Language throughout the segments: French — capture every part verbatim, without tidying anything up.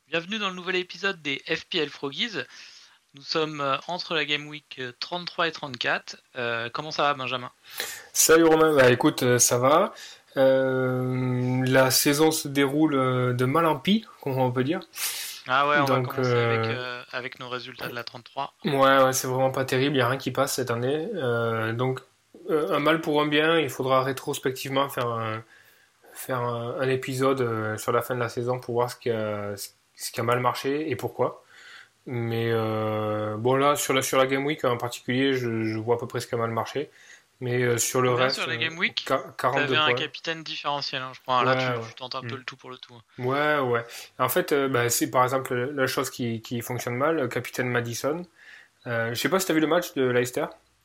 Bienvenue dans le nouvel épisode des F P L Froggies. Nous sommes euh, entre la Game Week euh, trente-trois et trente-quatre. Euh, comment ça va, Benjamin? Salut Romain, bah écoute, euh, ça va. Euh, la saison se déroule euh, de mal en pis, comme on peut dire. Ah ouais, on va Donc, commencer avec, euh, euh, avec nos résultats de la trente-trois. ouais, ouais, c'est vraiment pas terrible, il n'y a rien qui passe cette année. Euh, donc, euh, un mal pour un bien, il faudra rétrospectivement faire un, faire un, un épisode euh, sur la fin de la saison pour voir ce qui a, ce qui a mal marché et pourquoi. Mais euh, bon, là, sur la, sur la Game Week en particulier, je, je vois à peu près ce qui a mal marché. Mais euh, sur le Combien reste, sur la euh, Game Week? qua- T'avais quarante-deux un points. capitaine différentiel, hein, je crois. Là, Ouais, tu, tu tentes un ouais. peu Hmm. le tout pour le tout. Ouais, ouais. En fait, euh, bah, c'est par exemple la chose qui, qui fonctionne mal, le capitaine Madison. Euh, je sais pas si t'as vu le match de Leicester.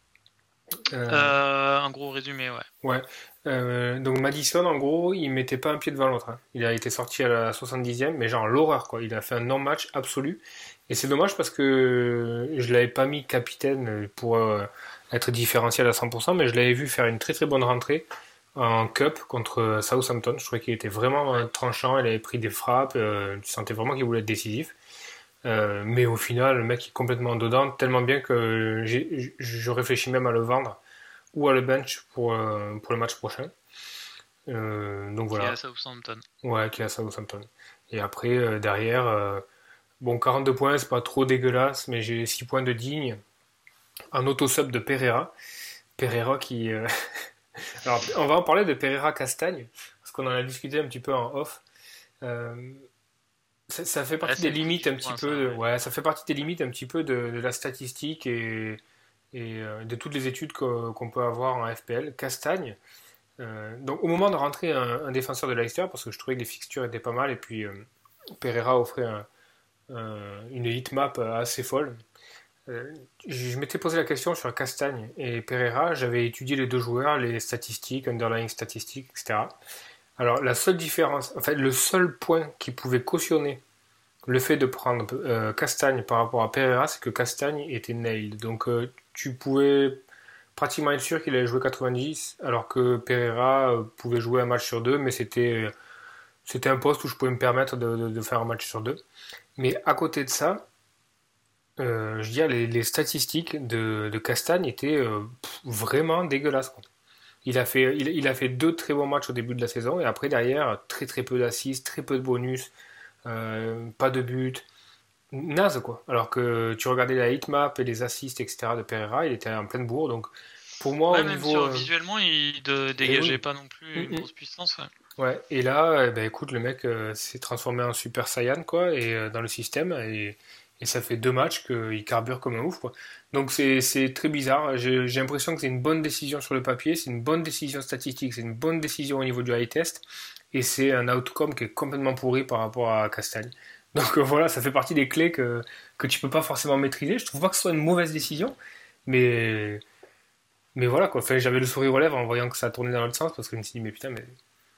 Euh, Euh, un gros résumé, ouais. ouais. Euh, donc Madison, en gros, il mettait pas un pied devant l'autre, hein. Il a été sorti à la soixante-dixième, mais genre l'horreur, quoi. Il a fait un non-match absolu. Et c'est dommage parce que je l'avais pas mis capitaine pour euh, être différentiel à cent pour cent, mais je l'avais vu faire une très très bonne rentrée en Cup contre Southampton. Je trouvais qu'il était vraiment euh, Ouais. tranchant, il avait pris des frappes, euh, tu sentais vraiment qu'il voulait être décisif. Euh, mais au final, le mec est complètement dedans, tellement bien que j'ai- je réfléchis même à le vendre ou à le bench pour, euh, pour le match prochain. Euh, donc Qui est à voilà, Southampton. ouais, qui est à Southampton. Et après, euh, derrière, euh, bon, quarante-deux points, c'est pas trop dégueulasse, mais j'ai six points de digne. Un auto-sub de Pereira. Pereira qui. euh, Alors, on va en parler de Pereira Castagne, parce qu'on en a discuté un petit peu en off. Euh, ça, ça fait Ouais, partie des c'est le prix limites du un petit point, peu. ça, De- ouais. ouais, ça fait partie des limites un petit peu de, de la statistique et, et euh, de toutes les études qu'on qu'on peut avoir en F P L. Castagne. Euh, donc, au moment de rentrer un, un défenseur de Leicester, parce que je trouvais que les fixtures étaient pas mal, et puis euh, Pereira offrait un, un- une heatmap assez folle. Euh, je m'étais posé la question sur Castagne et Pereira. J'avais étudié les deux joueurs, les statistiques, underlying statistiques, et cetera. Alors, la seule différence, en fait, le seul point qui pouvait cautionner le fait de prendre euh, Castagne par rapport à Pereira, c'est que Castagne était nailed. Donc, euh, tu pouvais pratiquement être sûr qu'il allait jouer quatre-vingt-dix, alors que Pereira euh, pouvait jouer un match sur deux, mais c'était, c'était un poste où je pouvais me permettre de, de, de faire un match sur deux. Mais à côté de ça, euh, je veux dire, les, les statistiques de, de Castagne étaient euh, pff, vraiment dégueulasses, quoi. Il a, fait, il, il a fait deux très bons matchs au début de la saison, et après, derrière, très très peu d'assists, très peu de bonus, euh, pas de but, naze, quoi. Alors que tu regardais la hitmap et les assists, et cetera de Pereira, il était en pleine bourre, donc pour moi, au Ouais, même niveau. sur Euh, visuellement, il ne et dégageait oui. pas non plus Mm, une mm. grosse puissance, ouais. Ouais, et là, eh ben, écoute, le mec euh, s'est transformé en Super Saiyan, quoi, et euh, dans le système, et, et ça fait deux matchs qu'il carbure comme un ouf, quoi. Donc c'est c'est très bizarre. J'ai j'ai l'impression que c'est une bonne décision sur le papier, c'est une bonne décision statistique, c'est une bonne décision au niveau du high test, et c'est un outcome qui est complètement pourri par rapport à Castagne. Donc euh, voilà, ça fait partie des clés que, que tu peux pas forcément maîtriser. Je trouve pas que ce soit une mauvaise décision, mais, mais voilà, quoi. Enfin, j'avais le sourire aux lèvres en voyant que ça tournait dans l'autre sens, parce que je me suis dit, mais putain, mais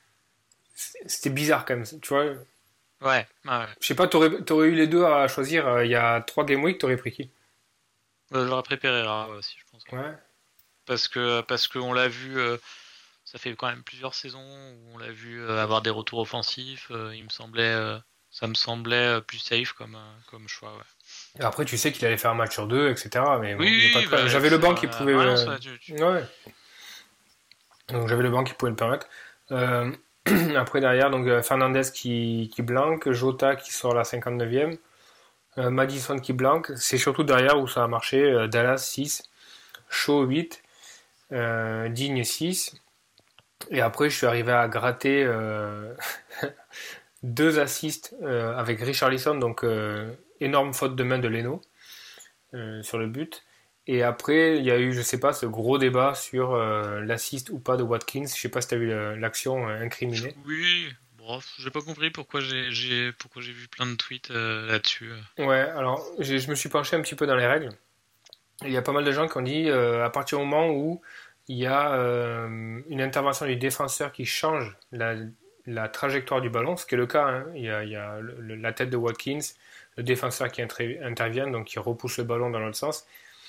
c'était bizarre quand même, tu vois. Ouais, ouais, ouais. Je sais pas, t'aurais, t'aurais eu les deux à choisir euh, il y a trois Game Week, t'aurais pris qui? Euh, J'aurais pris Pereira aussi, je pense. Ouais. Parce que parce qu'on l'a vu, euh, ça fait quand même plusieurs saisons où on l'a vu euh, avoir des retours offensifs. Euh, il me semblait, euh, ça me semblait euh, plus safe comme euh, comme choix. Ouais. Et après, tu sais qu'il allait faire un match sur deux, et cetera. Mais Oui, bon, il n'y a pas oui, de problème. bah, J'avais le c'est banc qui à pouvait. Valence, euh, ouais, tu- tu- Ouais. Donc j'avais le banc qui pouvait le permettre. Euh, Après, derrière, donc euh, Fernandez qui, qui blanque, Jota qui sort la cinquante-neuvième, euh, Madison qui blanque. C'est surtout derrière où ça a marché. euh, Dallas six, Shaw huit, euh, Digne six. Et après, je suis arrivé à gratter euh, deux assists euh, avec Richarlison, donc euh, énorme faute de main de Leno euh, sur le but. Et après, il y a eu, je sais pas, ce gros débat sur euh, l'assist ou pas de Watkins. Je sais pas si tu as vu euh, l'action euh, incriminée. Oui, bon, j'ai pas compris pourquoi j'ai j'ai pourquoi j'ai vu plein de tweets euh, là-dessus. euh. Ouais, alors j'ai- je me suis penché un petit peu dans les règles. Il y a pas mal de gens qui ont dit euh, à partir du moment où il y a euh, une intervention du défenseur qui change la, la trajectoire du ballon, ce qui est le cas, hein. Il y a, il y a le- le- la tête de Watkins, le défenseur qui intré- intervient, donc qui repousse le ballon dans l'autre sens.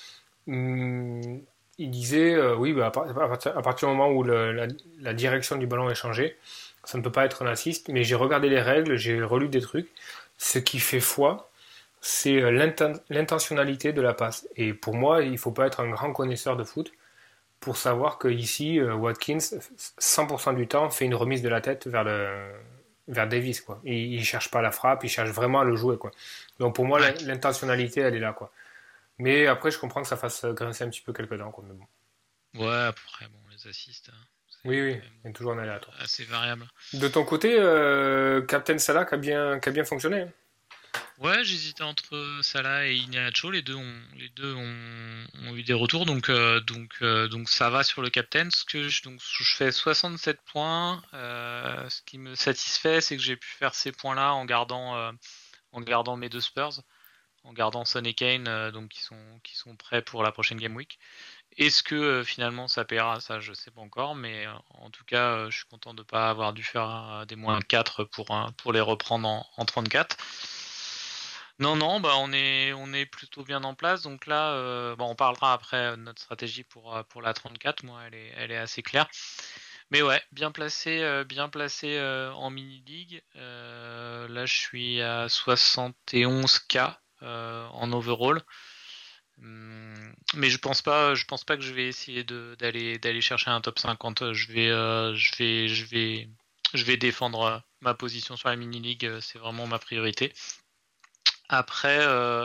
Hum, il disait, euh, oui, bah, à, par- à partir, à partir du moment où le- la, la direction du ballon est changée, ça ne peut pas être un assist, mais j'ai regardé les règles, j'ai relu des trucs. ce qui fait foi, c'est euh, l'inten- l'intentionnalité de la passe. Et pour moi, il ne faut pas être un grand connaisseur de foot pour savoir que ici, euh, Watkins, cent pour cent du temps, fait une remise de la tête vers le vers Davis, quoi. Il, il cherche pas la frappe, il cherche vraiment à le jouer, quoi. Donc pour moi, Ouais. l'intentionnalité, elle est là, quoi. Mais après, je comprends que ça fasse grincer un petit peu quelques dents, quoi. Mais bon. Ouais, après, bon, les assists, hein, Oui, c'est oui, quand même il y a toujours un aléatoire. assez variable. De ton côté, euh, Captain Salah qui a bien, qui a bien fonctionné, hein. Ouais, j'hésitais entre Salah et Iheanacho. Les deux ont, les deux ont, ont eu des retours, donc euh, donc euh, donc ça va sur le captain. Ce que je, donc je fais soixante-sept points. Euh, ce qui me satisfait, c'est que j'ai pu faire ces points-là en gardant euh, en gardant mes deux Spurs, en gardant Son et Kane, euh, donc qui sont qui sont prêts pour la prochaine game week. Est-ce que euh, finalement ça paiera? Ça, je sais pas encore, mais euh, en tout cas, euh, je suis content de pas avoir dû faire euh, des moins quatre pour un- pour les reprendre en, en trente-quatre. Non, non, bah on est on est plutôt bien en place. Donc là, euh, bon, on parlera après de notre stratégie pour euh, pour la trente-quatre. Moi, elle est elle est assez claire. Mais ouais, bien placé, euh, bien placé euh, en mini league. Euh, là, je suis à soixante et onze k euh, en overall. Hum, Mais je pense pas, je pense pas que je vais essayer de d'aller d'aller chercher un top cinquante. Je vais euh, je vais je vais je vais défendre euh, ma position sur la mini league. euh, C'est vraiment ma priorité. Après, euh,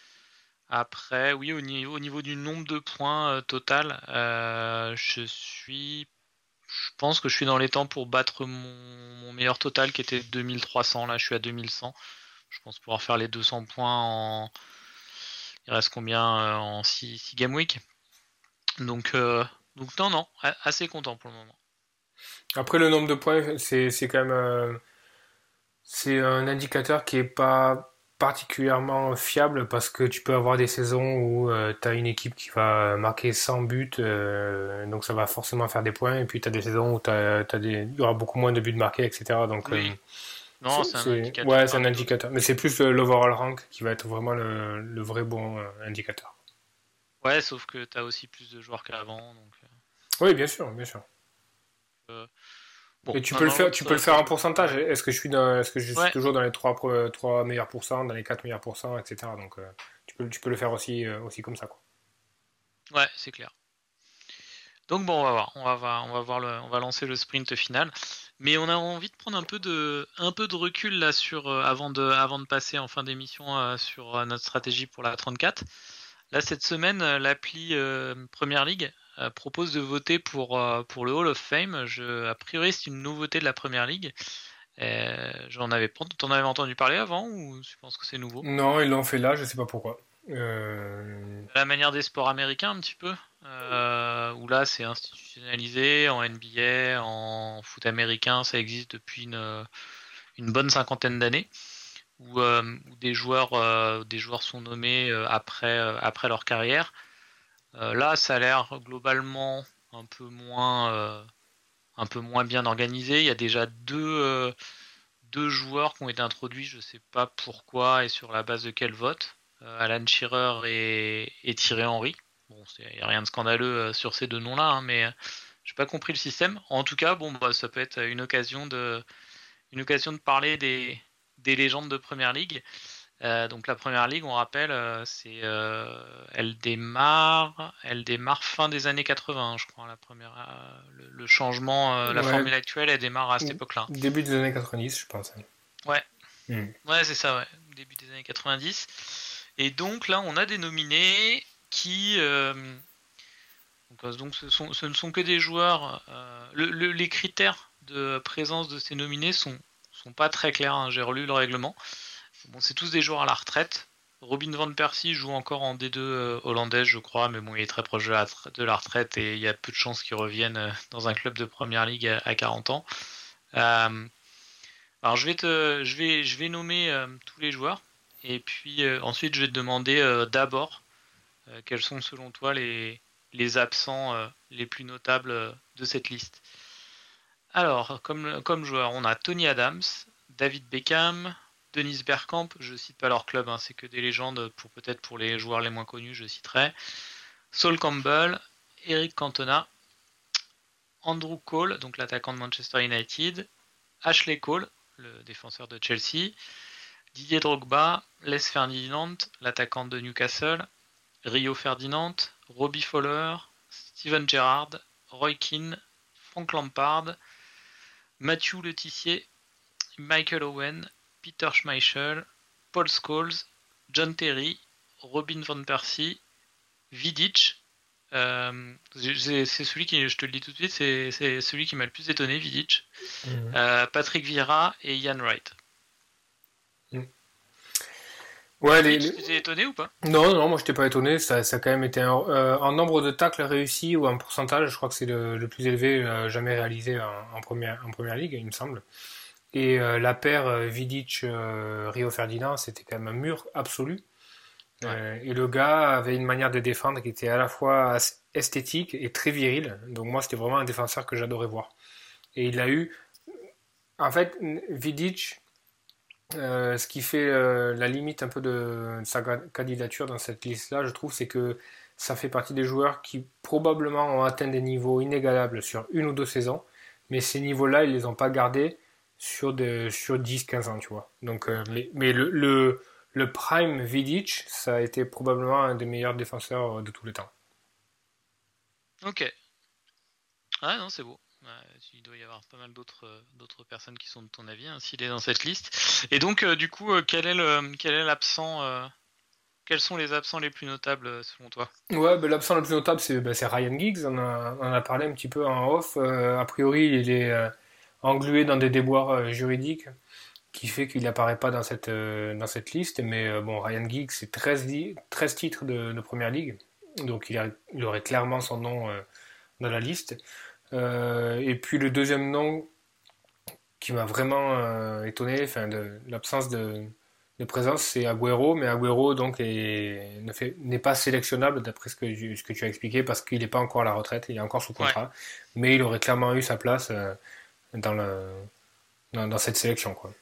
après, oui, au niveau, au niveau du nombre de points euh, total, euh, je suis, je pense que je suis dans les temps pour battre mon, mon meilleur total qui était deux mille trois cents. Là, je suis à deux mille cent. Je pense pouvoir faire les deux cents points en. Il reste combien euh, en six game week. Donc, euh, donc non, non, assez content pour le moment. Après, le nombre de points, c'est, c'est quand même, euh, c'est un indicateur qui est pas particulièrement fiable parce que tu peux avoir des saisons où tu as une équipe qui va marquer cent buts, euh, donc ça va forcément faire des points, et puis tu as des saisons où t'as, t'as des, il y aura beaucoup moins de buts marqués, et cetera. Donc, euh, Oui, non, c'est, c'est un c'est- indicateur ouais, c'est un parmi d'autres. indicateur. Mais c'est plus le- l'overall rank qui va être vraiment le, le vrai bon euh, indicateur. Ouais, sauf que t'as aussi plus de joueurs qu'avant, donc. Oui, bien sûr, bien sûr. Euh, bon, Et tu non, peux le non, faire, l'autre, tu peux le ça, faire ça en joue plutôt pas pourcentage. mal. Est-ce que je suis dans, est-ce que je suis Ouais, toujours dans les trois, pre- trois meilleurs pourcents, dans les quatre meilleurs pourcents, et cetera. Donc, euh, tu peux, tu peux le faire aussi, euh, aussi comme ça, quoi. ouais, c'est clair. Donc bon, on va voir, on va voir, on va voir le, on va lancer le sprint final. Mais on a envie de prendre un peu de, un peu de recul là sur, euh, avant de, avant de passer en fin d'émission euh, sur euh, notre stratégie pour la trente-quatre. Là cette semaine, euh, l'appli euh, Premier League euh, propose de voter pour, euh, pour le Hall of Fame. Je, a priori, c'est une nouveauté de la Premier League. Euh, j'en avais pas, t'en avais entendu parler avant ou tu penses que c'est nouveau? Non, ils l'ont fait là, je sais pas pourquoi. Euh, À la manière des sports américains un petit peu, euh, où là c'est institutionnalisé en N B A, en foot américain, ça existe depuis une, une bonne cinquantaine d'années, où, euh, où des joueurs, euh, des joueurs sont nommés euh, après, euh, après leur carrière. Euh, là, ça a l'air globalement un peu moins, euh, un peu moins bien organisé. Il y a déjà deux, euh, deux joueurs qui ont été introduits, je sais pas pourquoi et sur la base de quel vote. Euh, Alan Shearer et, et Thierry Henry. Bon, il n'y a rien de scandaleux euh, sur ces deux noms-là, hein, mais euh, j'ai pas compris le système. En tout cas, bon, bah, ça peut être une occasion de, une occasion de parler des, des légendes de Première Ligue. Euh, donc la Première Ligue, on rappelle, euh, c'est, euh, elle démarre, elle démarre fin des années quatre-vingts, je crois. La première, euh, le, le changement, euh, la ouais, formule actuelle, elle démarre à cette époque-là. début des années quatre-vingt-dix, je pense. Ouais, Hmm. ouais, c'est ça, ouais, début des années quatre-vingt-dix. Et donc là, on a des nominés qui, euh, donc, euh, donc ce, sont, ce ne sont que des joueurs. Euh, le, le, les critères de présence de ces nominés sont sont pas très clairs. Hein, j'ai relu le règlement. Bon, c'est tous des joueurs à la retraite. Robin van Persie joue encore en D deux euh, hollandaise, je crois, mais bon, il est très proche de la, de la retraite et il y a peu de chances qu'il revienne euh, dans un club de première ligue à, à quarante ans. Euh, alors je vais te, je vais, je vais nommer euh, tous les joueurs et puis euh, ensuite je vais te demander euh, d'abord euh, quels sont selon toi les, les absents euh, les plus notables euh, de cette liste. Alors comme, comme joueur, on a Tony Adams, David Beckham, Dennis Bergkamp. Je cite pas leur club, hein, c'est que des légendes pour peut-être pour les joueurs les moins connus, je citerai. Sol Campbell, Eric Cantona, Andrew Cole, donc l'attaquant de Manchester United, Ashley Cole, le défenseur de Chelsea, Didier Drogba, Les Ferdinand, l'attaquant de Newcastle, Rio Ferdinand, Robbie Fowler, Steven Gerrard, Roy Keane, Frank Lampard, Mathieu Letizier, Michael Owen, Peter Schmeichel, Paul Scholes, John Terry, Robin van Persie, Vidic. Euh, c'est, c'est celui qui, je te le dis tout de suite, c'est, c'est celui qui m'a le plus étonné, Vidic. Mmh. Euh, Patrick Vieira et Ian Wright. Mmh. Ouais, les, les... Tu t'es étonné ou pas? Non, non, moi je t'ai pas étonné. Ça, ça a quand même été un, euh, un nombre de tacles réussis ou un pourcentage. Je crois que c'est le, le plus élevé euh, jamais réalisé en, en première en première ligue, il me semble. Et euh, la paire euh, Vidic-Rio Ferdinand, c'était quand même un mur absolu. Ouais. Euh, et le gars avait une manière de défendre qui était à la fois esthétique et très viril. Donc moi, c'était vraiment un défenseur que j'adorais voir. Et il a eu... En fait, Vidic, euh, ce qui fait euh, la limite un peu de, de sa candidature dans cette liste-là, je trouve, c'est que ça fait partie des joueurs qui probablement ont atteint des niveaux inégalables sur une ou deux saisons. Mais ces niveaux-là, ils les ont pas gardés sur, de, sur dix quinze ans, tu vois. Donc, euh, mais, mais le... le Le prime Vidic, ça a été probablement un des meilleurs défenseurs de tous les temps. Ok. Ah non, c'est beau. Il doit y avoir pas mal d'autres, d'autres personnes qui sont de ton avis, hein, s'il est dans cette liste. Et donc, euh, du coup, euh, quel est le, quel est l'absent euh, quels sont les absents les plus notables selon toi? Ouais, ben, l'absent le plus notable, c'est, ben, c'est Ryan Giggs. On, a, on en a parlé un petit peu en off. Euh, a priori, il est euh, englué dans des déboires euh, juridiques, qui fait qu'il n'apparaît pas dans cette, euh, dans cette liste. Mais euh, bon, Ryan Giggs, c'est treize, treize titres de, de Première Ligue. Donc il, a, il aurait clairement son nom euh, dans la liste. Euh, et puis le deuxième nom qui m'a vraiment euh, étonné, enfin de, de l'absence de, de présence, c'est Agüero. Mais Agüero donc est, ne fait, n'est pas sélectionnable d'après ce que, ce que tu as expliqué parce qu'il n'est pas encore à la retraite, il est encore sous contrat. Ouais. Mais il aurait clairement eu sa place euh, dans, le, dans, dans cette sélection, quoi.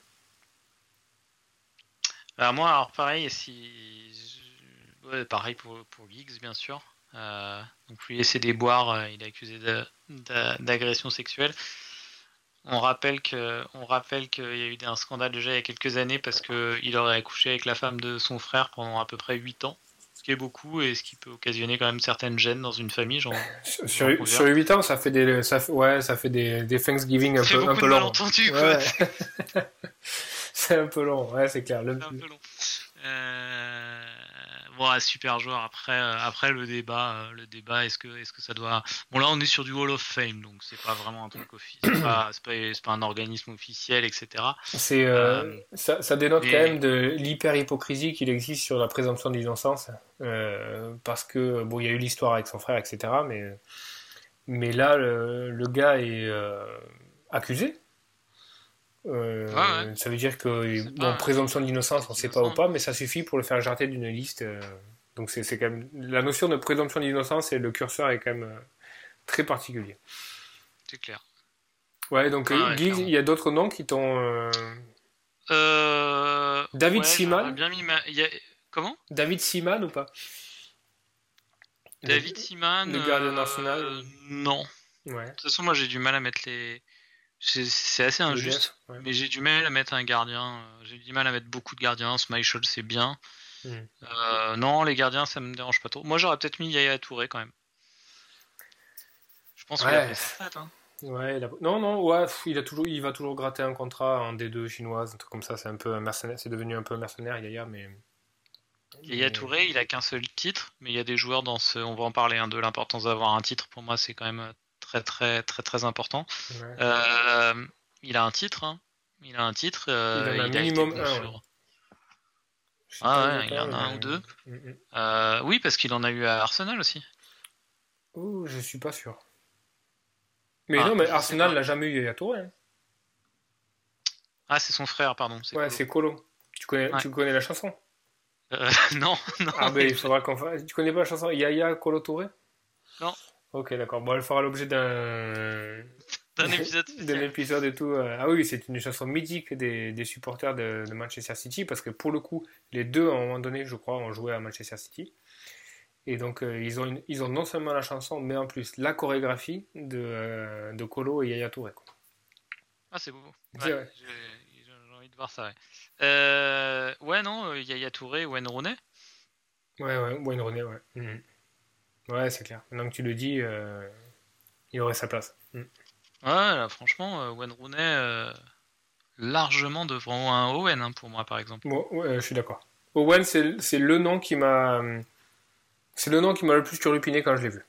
Alors moi, alors pareil, si ouais, pareil pour pour Giggs bien sûr. Euh, donc lui laisser des boires, euh, il est accusé de, de, d'agression sexuelle. On rappelle que on rappelle qu'il y a eu un scandale déjà il y a quelques années parce que il aurait couché avec la femme de son frère pendant à peu près huit ans, ce qui est beaucoup et ce qui peut occasionner quand même certaines gênes dans une famille. Genre, sur, sur huit ans, ça fait des ça fait, ouais, ça fait des, des Thanksgiving un peu un peu longs. Ouais. C'est un peu long, ouais, c'est clair. Le... C'est un peu long. Euh... Bon, super joueur. Après, euh, après le débat, euh, le débat, est-ce que, est-ce que ça doit. Bon, là, on est sur du Hall of Fame, donc c'est pas vraiment un truc officiel, c'est pas, c'est pas, c'est pas un organisme officiel, et cetera. C'est, euh, euh, ça, ça dénote mais... quand même de l'hyper-hypocrisie qu'il existe sur la présomption d'innocence, euh, parce que bon, il y a eu l'histoire avec son frère, et cetera. Mais, mais là, le, le gars est euh, accusé. Euh, ouais, ouais. Ça veut dire que bon, pas, présomption d'innocence, on ne sait pas ou pas, mais ça suffit pour le faire jarter d'une liste. Euh, donc c'est, c'est quand même la notion de présomption d'innocence et le curseur est quand même euh, très particulier. C'est clair. Ouais, donc ah, ouais, Giggs, il y a d'autres noms qui t'ont. Euh... Euh... David ouais, Seaman. Bien mis ma... il y a... Comment? David Seaman ou pas? David Seaman. Le gardien euh... national. Non. Ouais. De toute façon, moi j'ai du mal à mettre les. C'est, c'est assez injuste, ouais. Mais j'ai du mal à mettre un gardien. J'ai du mal à mettre beaucoup de gardiens. Schmeichel, c'est bien. Mm. Euh, non, les gardiens, ça me dérange pas trop. Moi, j'aurais peut-être mis Yaya Touré quand même. Je pense ouais. qu'il a fait sa fête. Hein. Ouais, il a... non, non, ouais, il a toujours, il va toujours gratter un contrat en D deux chinoise, un truc comme ça. C'est un peu un mercenaire. C'est devenu un peu un mercenaire, Yaya, mais. Yaya mais... Touré, il a qu'un seul titre, mais il y a des joueurs dans ce. On va en parler hein, de l'importance d'avoir un titre. Pour moi, c'est quand même. Très très très très important. Ouais. Euh, il a un titre, hein. Il a un titre. Euh, il en a il minimum a un. Sur... Ouais. Ah ouais, il en a un ou deux. Mm-hmm. Euh, oui, parce qu'il en a eu à Arsenal aussi. Ouh, je suis pas sûr. Mais ah, non, mais Arsenal l'a jamais eu à Touré. Hein. Ah, c'est son frère, pardon. C'est ouais, Colo. C'est Colo. Tu connais, ouais. tu connais la chanson? euh, Non, non. Ah ben, il faudra qu'on fasse. Tu connais pas la chanson Yaya Colo Touré? Non. Ok, d'accord. Bon, elle fera l'objet d'un... d'un épisode d'un épisode et tout. Ah oui, c'est une chanson mythique des, des supporters de, de Manchester City, parce que pour le coup, les deux, à un moment donné, je crois, ont joué à Manchester City. Et donc, euh, ils, ont une, ils ont non seulement la chanson, mais en plus la chorégraphie de, euh, de Colo et Yaya Touré. Quoi. Ah, c'est beau. Ouais, ouais. J'ai, j'ai envie de voir ça, ouais. Euh, Yaya Touré ou Wayne Rooney. Ouais, ouais, Wayne Rooney, ouais. Mhm. Ouais, c'est clair. Maintenant que tu le dis, euh, il aurait sa place. Mhm. Ouais, là, franchement, euh, Wayne Rooney euh, largement devant un Owen hein, pour moi par exemple. Bon, ouais, je suis d'accord. Owen, c'est c'est le nom qui m'a c'est le nom qui m'a le plus turlupiné quand je l'ai vu.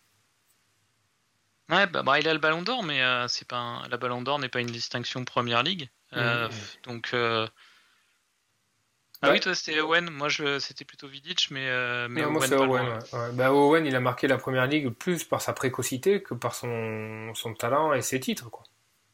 Ouais, bah, bah, il a le Ballon d'Or, mais euh, c'est pas un- la Ballon d'Or n'est pas une distinction Première Ligue. Euh, Mhm. donc euh, ah oui, Bah, toi c'était Owen, moi je c'était plutôt Vidic, mais euh, mais non, moi c'est Owen pas Owen. loin. Ouais. Ouais. Bah, Owen, il a marqué la première ligue plus par sa précocité que par son, son talent et ses titres, quoi.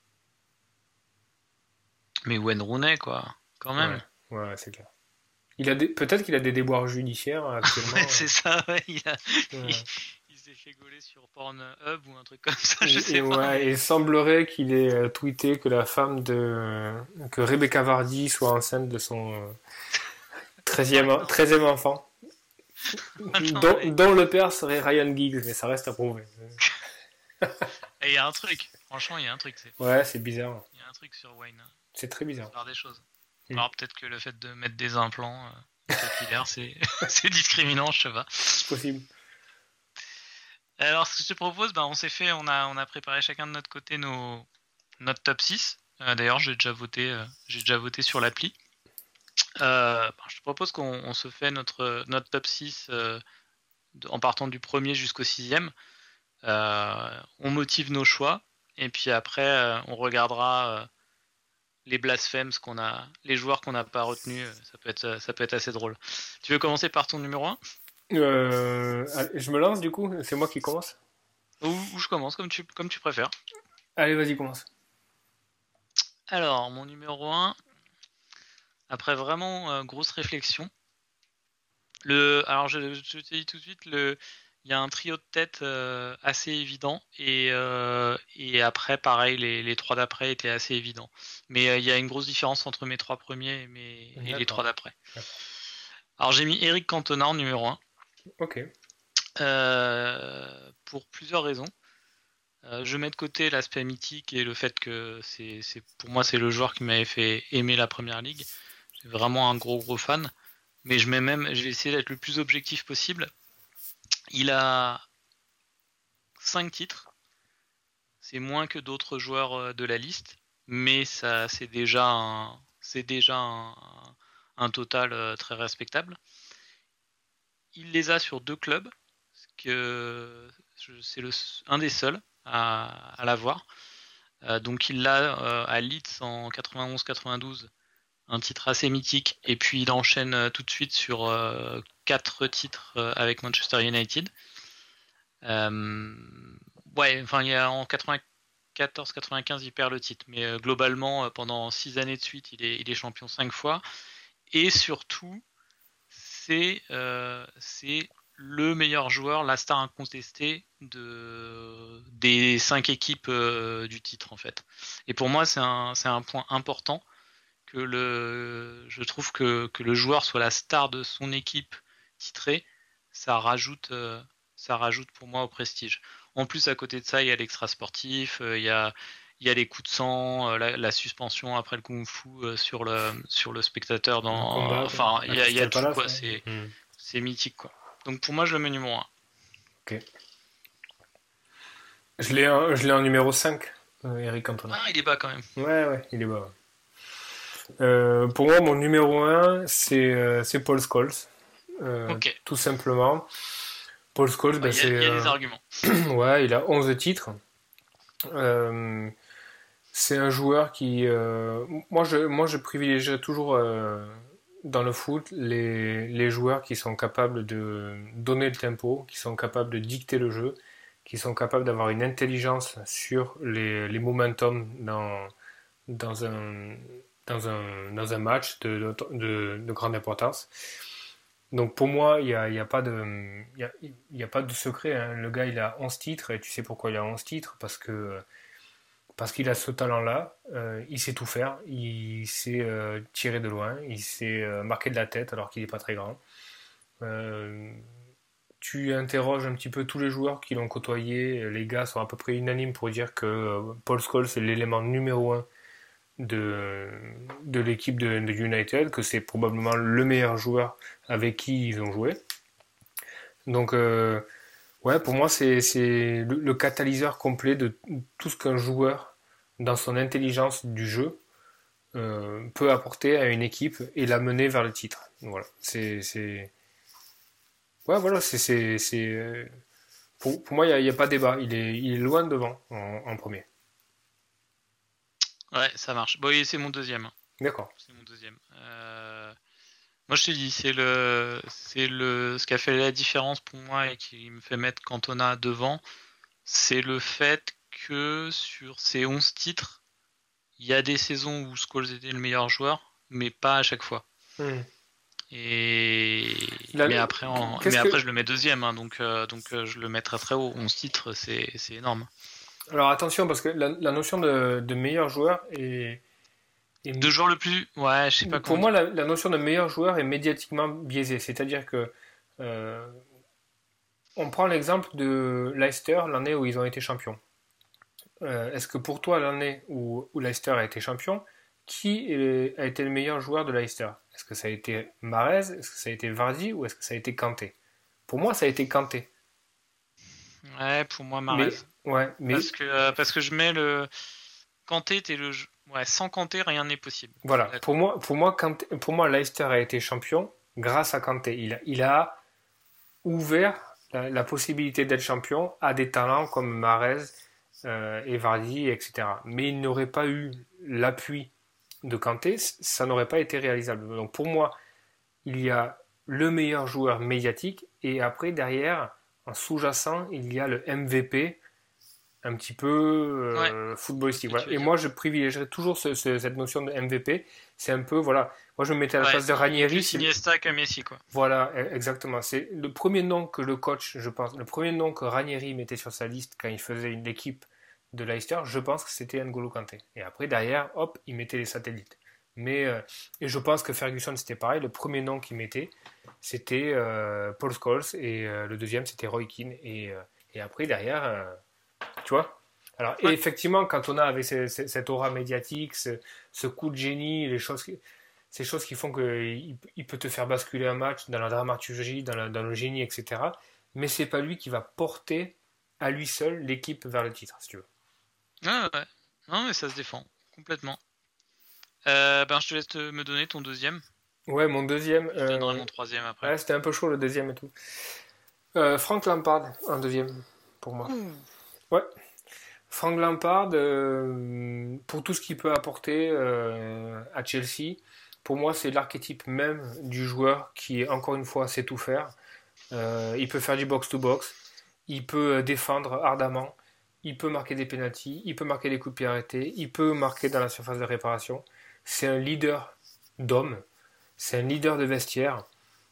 Mais Wayne Rooney quoi, quand Ouais, même. ouais, c'est clair. Il a des... Peut-être qu'il a des déboires judiciaires Ouais, actuellement. c'est ça, ouais, il a euh, il, ouais. il s'est fait gauler sur Pornhub ou un truc comme ça, je Et, et sais pas, ouais, mais il semblerait qu'il ait euh, tweeté que la femme de que Rebecca Vardy soit enceinte de son euh, oh treizième, en- non, treizième enfant, oh non, dont, mais dont le père serait Ryan Giggs, mais ça reste à prouver. et il y a un truc, franchement, il y a un truc, c'est Ouais, c'est bizarre. il y a un truc sur Wayne, hein. C'est très Il doit bizarre. faire des choses. Hmm. Alors peut-être que le fait de mettre des implants euh, capillaires, c'est c'est discriminant, je sais pas. C'est possible. Alors ce que je te propose, bah, on s'est fait, on a on a préparé chacun de notre côté nos notre top six. Euh, D'ailleurs, j'ai déjà voté, euh, j'ai déjà voté sur l'appli. Euh, bah, je te propose qu'on on se fait notre notre top six euh, de- en partant du premier jusqu'au sixième. Euh, on motive nos choix et puis après euh, on regardera euh, les blasphèmes qu'on a, les joueurs qu'on n'a pas retenus. euh, Ça peut être ça peut être assez drôle. Tu veux commencer par ton numéro un Euh, allez, je me lance du coup. C'est moi qui commence. ou, ou je commence comme tu comme tu préfères. Allez, vas-y, commence. Alors mon numéro un, après vraiment euh, grosse réflexion. Le, alors je, je te dis tout de suite, le, il y a un trio de tête euh, assez évident et, euh, et après pareil les, les trois d'après étaient assez évidents. Mais euh, il y a une grosse différence entre mes trois premiers et, mes, et les trois D'accord. d'après. D'accord. Alors j'ai mis Eric Cantona en numéro un Ok. euh, pour plusieurs raisons. Euh, je mets de côté l'aspect mythique et le fait que c'est, c'est pour moi c'est le joueur qui m'avait fait aimer la première ligue. J'ai vraiment un gros gros fan. Mais je mets même, je vais essayer d'être le plus objectif possible. Il a cinq titres, c'est moins que d'autres joueurs euh, de la liste, mais ça c'est déjà un, c'est déjà un, un total euh, très respectable. Il les a sur deux clubs, que c'est le, un des seuls à, à l'avoir. Euh, donc il l'a euh, à Leeds en quatre-vingt-onze quatre-vingt-douze, un titre assez mythique, et puis il enchaîne euh, tout de suite sur euh, quatre titres euh, avec Manchester United. Euh, ouais, enfin il y a en quatre-vingt-quatorze quatre-vingt-quinze il perd le titre, mais euh, globalement euh, pendant six années de suite il est, il est champion cinq fois, et surtout c'est euh, c'est le meilleur joueur, la star incontestée de, des cinq équipes euh, du titre en fait. Et pour moi c'est un, c'est un point important que le, je trouve que, que le joueur soit la star de son équipe titrée, ça rajoute, euh, ça rajoute pour moi au prestige. En plus, à côté de ça, il y a l'extra sportif, euh, il y a, il y a les coups de sang, euh, la, la suspension après le kung-fu euh, sur le, sur le spectateur. Le Dans, combat, quoi. enfin, il À y a, il y a Crystal tout Palace, quoi. ouais. C'est, Hmm. c'est mythique quoi. Donc pour moi, je le mets numéro un. Ok. Je l'ai en, je l'ai en numéro cinq, euh, Eric Cantona. Ah, il est bas quand même. Ouais, ouais, il est bas. Ouais. Euh, pour moi, mon numéro un, c'est euh, c'est Paul Scholes. Euh, Ok. tout simplement. Paul Scholes, Bah, ben, il y a, c'est, il y a des euh, arguments. ouais, il a onze titres. Euh, c'est un joueur qui, euh, moi, je, moi, je privilégie toujours euh, dans le foot les, les joueurs qui sont capables de donner le tempo, qui sont capables de dicter le jeu, qui sont capables d'avoir une intelligence sur les, les momentum dans, dans un, dans un, dans un match de, de, de grande importance. Donc pour moi, il n'y a, il y a, pas de- il y a, il y a pas de secret, hein. Le gars, il a onze titres, et tu sais pourquoi il a onze titres, parce que parce qu'il a ce talent-là, euh, il sait tout faire, il sait euh, tirer de loin, il sait euh, marquer de la tête alors qu'il n'est pas très grand. Euh, Tu interroges un petit peu tous les joueurs qui l'ont côtoyé, les gars sont à peu près unanimes pour dire que euh, Paul Scholes est l'élément numéro un de, de l'équipe de, de United, que c'est probablement le meilleur joueur avec qui ils ont joué. Donc, euh, ouais, pour moi, c'est, c'est le, le catalyseur complet de tout ce qu'un joueur, dans son intelligence du jeu, euh, peut apporter à une équipe et la mener vers le titre. Voilà, c'est, c'est... Ouais, voilà, c'est, c'est, c'est... euh, Pour, pour moi, il n'y a, il y a pas débat. Il est, il est loin devant en, en premier. Ouais, ça marche. Bon, et c'est mon deuxième. hein. D'accord. C'est mon deuxième. Euh, Moi, je te dis, c'est le, c'est le, ce qui a fait la différence pour moi et qui me fait mettre Cantona devant, c'est le fait que sur ces onze titres, il y a des saisons où Scholes était le meilleur joueur, mais pas à chaque fois. Hmm. Et La- mais après, en- qu'est-ce mais que- après, je le mets deuxième, hein, donc euh, donc euh, je le mettrai très haut. onze titres, c'est c'est énorme. Alors attention, parce que la, la notion de, de meilleur joueur est, est- Deux joueurs le plus, ouais, je sais pas pour comment moi, dire. la, la notion de meilleur joueur est médiatiquement biaisée. C'est-à-dire que euh, on prend l'exemple de Leicester, l'année où ils ont été champions. Euh, est-ce que pour toi, l'année où, où Leicester a été champion, qui est- a été le meilleur joueur de Leicester? Est-ce que ça a été Mahrez? Est-ce que ça a été Vardy? Ou est-ce que ça a été Kanté? Pour moi, ça a été Kanté. Ouais, pour moi, Mahrez. Mais, ouais, mais Parce que euh, parce que je mets le Kanté, t'es le, jou- ouais, sans Kanté, rien n'est possible. voilà. D'accord. Pour moi, pour moi, Kanté- pour moi, Leicester a été champion grâce à Kanté. Il a, il a ouvert la, la possibilité d'être champion à des talents comme Mahrez euh, et Vardy, et cetera. Mais il n'aurait pas eu l'appui de Kanté, ça n'aurait pas été réalisable. Donc pour moi, il y a le meilleur joueur médiatique et après derrière, en sous-jacent, il y a le M V P un petit peu Ouais, euh, footballistique. ce que Voilà. tu veux Et dire. moi, je privilégierais toujours ce- ce- cette notion de M V P. C'est un peu, voilà, moi je me mettais à la Ouais, place de c'est Ranieri. plus c'est- Iniesta que Messi, quoi. Voilà, e- exactement. C'est le premier nom que le coach, je pense, le premier nom que Ranieri mettait sur sa liste quand il faisait une équipe de Leicester, je pense que c'était N'Golo Kanté. Et après, derrière, hop, il mettait les satellites. Mais, euh, et je pense que Ferguson, c'était pareil. Le premier nom qu'il mettait, c'était euh, Paul Scholes. Et euh, le deuxième, c'était Roy Keane. Et, euh, et après, derrière, euh, tu vois. Alors, et Ouais. effectivement, quand on a avec ce- ce- cette aura médiatique, ce, ce coup de génie, les choses, qui- ces choses qui font qu'il il peut te faire basculer un match dans la dramaturgie, dans, la- dans le génie, et cetera. Mais c'est pas lui qui va porter à lui seul l'équipe vers le titre, si tu veux. Ouais, ouais. Non, mais ça se défend complètement. Euh, ben, je te laisse te- me donner ton deuxième. Ouais, mon deuxième. Je donnerai euh, mon troisième après. ouais, c'était un peu chaud le deuxième et tout. Euh, Frank Lampard, en deuxième, pour moi. Ouh. Ouais. Frank Lampard, euh, pour tout ce qu'il peut apporter euh, à Chelsea, pour moi, c'est l'archétype même du joueur qui, encore une fois, sait tout faire. Euh, il peut faire du box-to-box, il peut défendre ardemment, il peut marquer des pénaltys, il peut marquer des coups de pied arrêtés, il peut marquer dans la surface de réparation. C'est un leader d'homme, c'est un leader de vestiaire,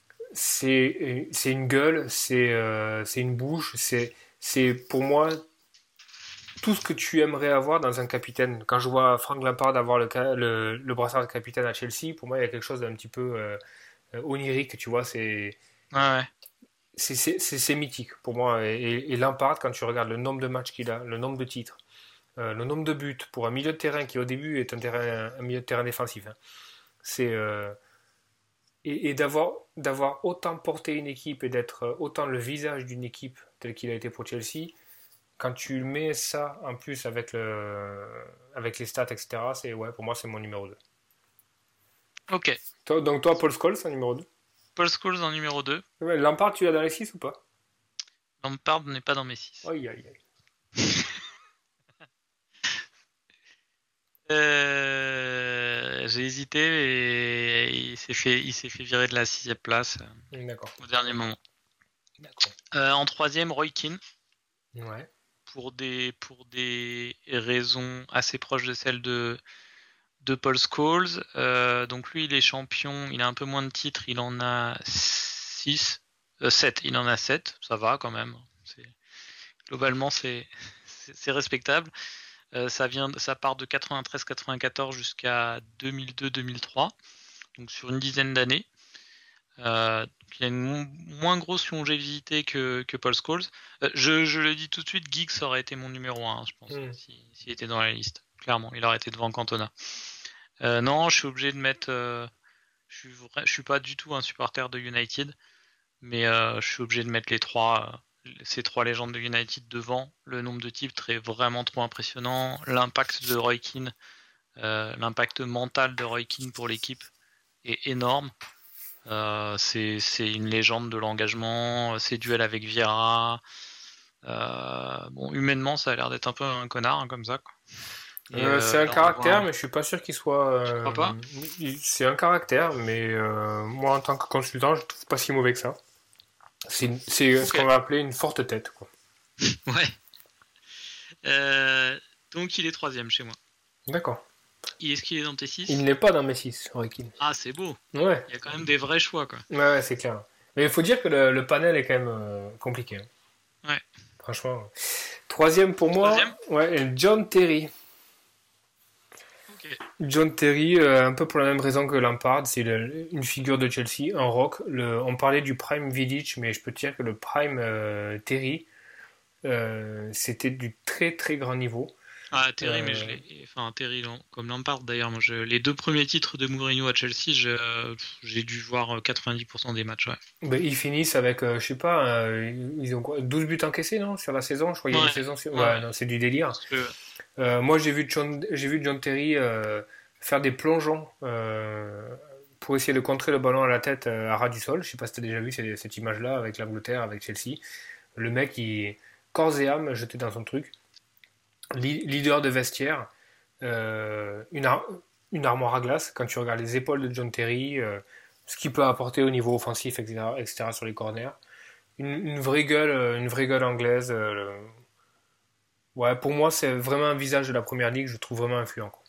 c'est c'est une gueule, c'est euh, c'est une bouche, c'est c'est pour moi tout ce que tu aimerais avoir dans un capitaine. Quand je vois Frank Lampard avoir le, le, le brassard de capitaine à Chelsea, pour moi, il y a quelque chose d'un petit peu euh, onirique, tu vois. C'est Ouais, ouais. c'est c'est- c'est- c'est mythique pour moi. Et, et Lampard, quand tu regardes le nombre de matchs qu'il a, le nombre de titres, euh, le nombre de buts pour un milieu de terrain qui, au début, est un, terrain, un milieu de terrain défensif, hein, c'est. euh, et et d'avoir d'avoir autant porté une équipe et d'être autant le visage d'une équipe tel qu'il a été pour Chelsea, quand tu mets ça en plus avec, le, avec les stats, et cetera, c'est, ouais, pour moi, c'est mon numéro deux. Ok. Toi, donc, toi, Paul Scholes, en numéro deux. Paul Scholes en numéro deux. Ouais, Lampard, tu l'as dans les six ou pas? Lampard n'est pas dans mes six. Aïe, aïe, aïe. Euh, j'ai hésité et il s'est fait, il s'est fait virer de la sixième place euh, D'accord. au dernier moment. D'accord. Euh, en troisième, Roy Keane. Ouais. Pour des, pour des raisons assez proches de celles de, de Paul Scholes. Euh, donc lui, il est champion, il a un peu moins de titres, il en a six, euh, sept, il en a sept, ça va quand même. C'est, globalement, c'est, c'est, c'est respectable. Euh, ça, vient, ça part de quatre-vingt-treize quatre-vingt-quatorze jusqu'à deux mille deux deux mille trois, donc sur une dizaine d'années. Euh, il a une mo- moins grosse longévité que, que Paul Scholes. Euh, je, je le dis tout de suite, Giggs aurait été mon numéro un, je pense, Mm. si- s'il était dans la liste. Clairement, il aurait été devant Cantona. Euh, non, je suis obligé de mettre. Euh, je suis vra- je suis pas du tout un supporter de United, mais euh, je suis obligé de mettre les trois, euh, ces trois légendes de United devant. Le nombre de titres est vraiment trop impressionnant. L'impact de Roy Keane, euh, l'impact mental de Roy Keane pour l'équipe est énorme. Euh, c'est, c'est une légende de l'engagement. Ses duels avec Vieira. Euh, bon, humainement, ça a l'air d'être un peu un connard hein, comme ça, quoi. Et Euh, c'est euh, un là, on voit. caractère, Un... mais je suis pas sûr qu'il soit. Tu crois euh, pas? il- C'est un caractère, mais euh, moi en tant que consultant, je trouve pas si mauvais que ça. C'est une- c'est ce Ok. qu'on va appeler une forte tête, quoi. Ouais. Euh, donc il est troisième chez moi. D'accord. Et est-ce qu'il est dans tes Il six? n'est pas dans mes six, Roy Keane. Ah, c'est beau. Ouais, Il y a quand même des vrais choix, quoi. ouais, ouais, c'est clair. Mais il faut dire que le, le panel est quand même euh, compliqué, hein. Ouais. Franchement. Troisième pour moi, Troisième? ouais, John Terry. Ok. John Terry, euh, un peu pour la même raison que Lampard, c'est le- une figure de Chelsea, un rock. Le, on parlait du prime Vidic, mais je peux te dire que le prime euh, Terry, euh, c'était du très très grand niveau. Ah, Terry, mais je Euh, l'ai. Enfin, Terry, Lam- comme Lampard d'ailleurs. Moi, je... Les deux premiers titres de Mourinho à Chelsea, je- j'ai dû voir euh, quatre-vingt-dix pour cent des matchs, ouais. ben, ils finissent avec, euh, je sais pas, euh, ils ont quoi, douze buts encaissés, non, sur la saison? Je crois qu'il y a une Ouais, saison. sur- ouais, Ouais, ouais. non, c'est du délire. Monstrueux. Euh, moi, j'ai vu John, j'ai vu John Terry euh, faire des plongeons euh, pour essayer de contrer le ballon à la tête euh, à ras du sol. Je sais pas si tu as déjà vu cette, cette image-là avec l'Angleterre, avec Chelsea. Le mec, il corps et âme jeté dans son truc. Li- leader de vestiaire, euh, une, ar- une armoire à glace. Quand tu regardes les épaules de John Terry, euh, ce qu'il peut apporter au niveau offensif, et cetera, et cetera sur les corners. Une, une vraie gueule, euh, une vraie gueule anglaise. euh, le- Ouais, pour moi, c'est vraiment un visage de la première ligue. Je le trouve vraiment influent, quoi.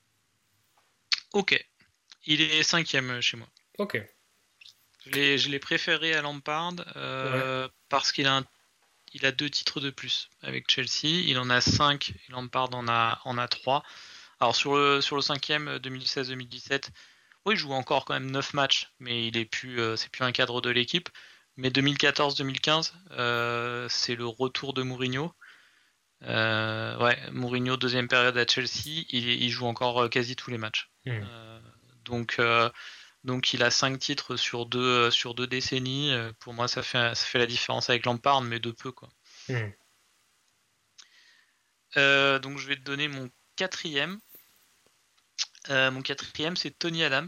Ok. Il est cinquième chez moi. Ok. Je l'ai, je l'ai préféré à Lampard Ouais. euh, parce qu'il a, un- il a deux titres de plus avec Chelsea. Il en a cinq et Lampard en a, en a trois. Alors sur le, sur le cinquième, deux mille seize deux mille dix-sept, oui, il joue encore quand même neuf matchs, mais il est plus, euh, c'est plus un cadre de l'équipe. Mais deux mille quatorze deux mille quinze, euh, c'est le retour de Mourinho. Euh, ouais, Mourinho, deuxième période à Chelsea, il, il joue encore euh, quasi tous les matchs. Hmm. Euh, donc, euh, donc il a cinq titres sur deux, euh, sur deux décennies. Euh, Pour moi, ça fait, ça fait la différence avec Lampard, mais de peu, quoi. Hmm. Euh, donc je vais te donner mon quatrième. Euh, mon quatrième, c'est Tony Adams.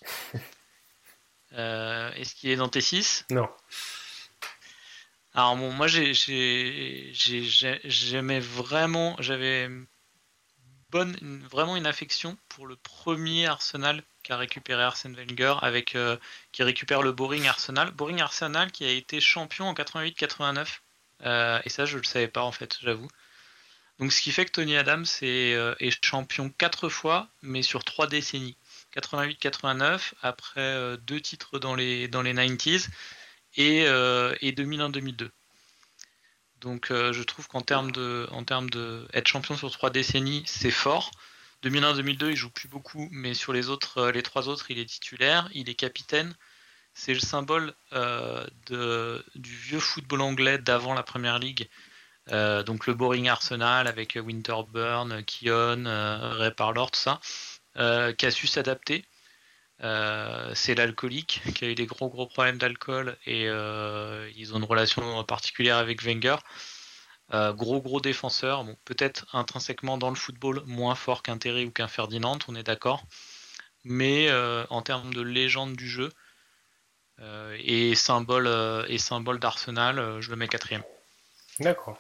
Euh, est-ce qu'il est dans tes six? Non. Alors bon, moi j'ai, j'ai, j'ai- j'ai- j'aimais vraiment, j'avais bonne, une- vraiment une affection pour le premier Arsenal qu'a récupéré Arsène Wenger avec euh, qui récupère le Boring Arsenal. Boring Arsenal qui a été champion en quatre-vingt-huit quatre-vingt-neuf. Euh, et ça je le savais pas en fait, j'avoue. Donc ce qui fait que Tony Adams est, euh, est champion quatre fois, mais sur trois décennies. quatre-vingt-huit quatre-vingt-neuf, après euh, deux titres dans les, dans les quatre-vingt-dix et, euh, et deux mille un deux mille deux. Donc euh, je trouve qu'en termes de, en termes de être champion sur trois décennies, c'est fort. deux mille un deux mille deux, il joue plus beaucoup, mais sur les autres, euh, les trois autres, il est titulaire, il est capitaine. C'est le symbole euh, de, du vieux football anglais d'avant la Première Ligue. Euh, donc le Boring Arsenal avec Winterburn, Keown, euh, Ray Parlour, tout ça, euh, qui a su s'adapter. Euh, c'est l'alcoolique qui a eu des gros gros problèmes d'alcool et euh, ils ont une relation particulière avec Wenger. Euh, gros gros défenseur, bon, peut-être intrinsèquement dans le football moins fort qu'un Terry ou qu'un Ferdinand, on est d'accord. Mais euh, en termes de légende du jeu euh, et symbole euh, et symbole d'Arsenal, euh, je le mets quatrième. D'accord.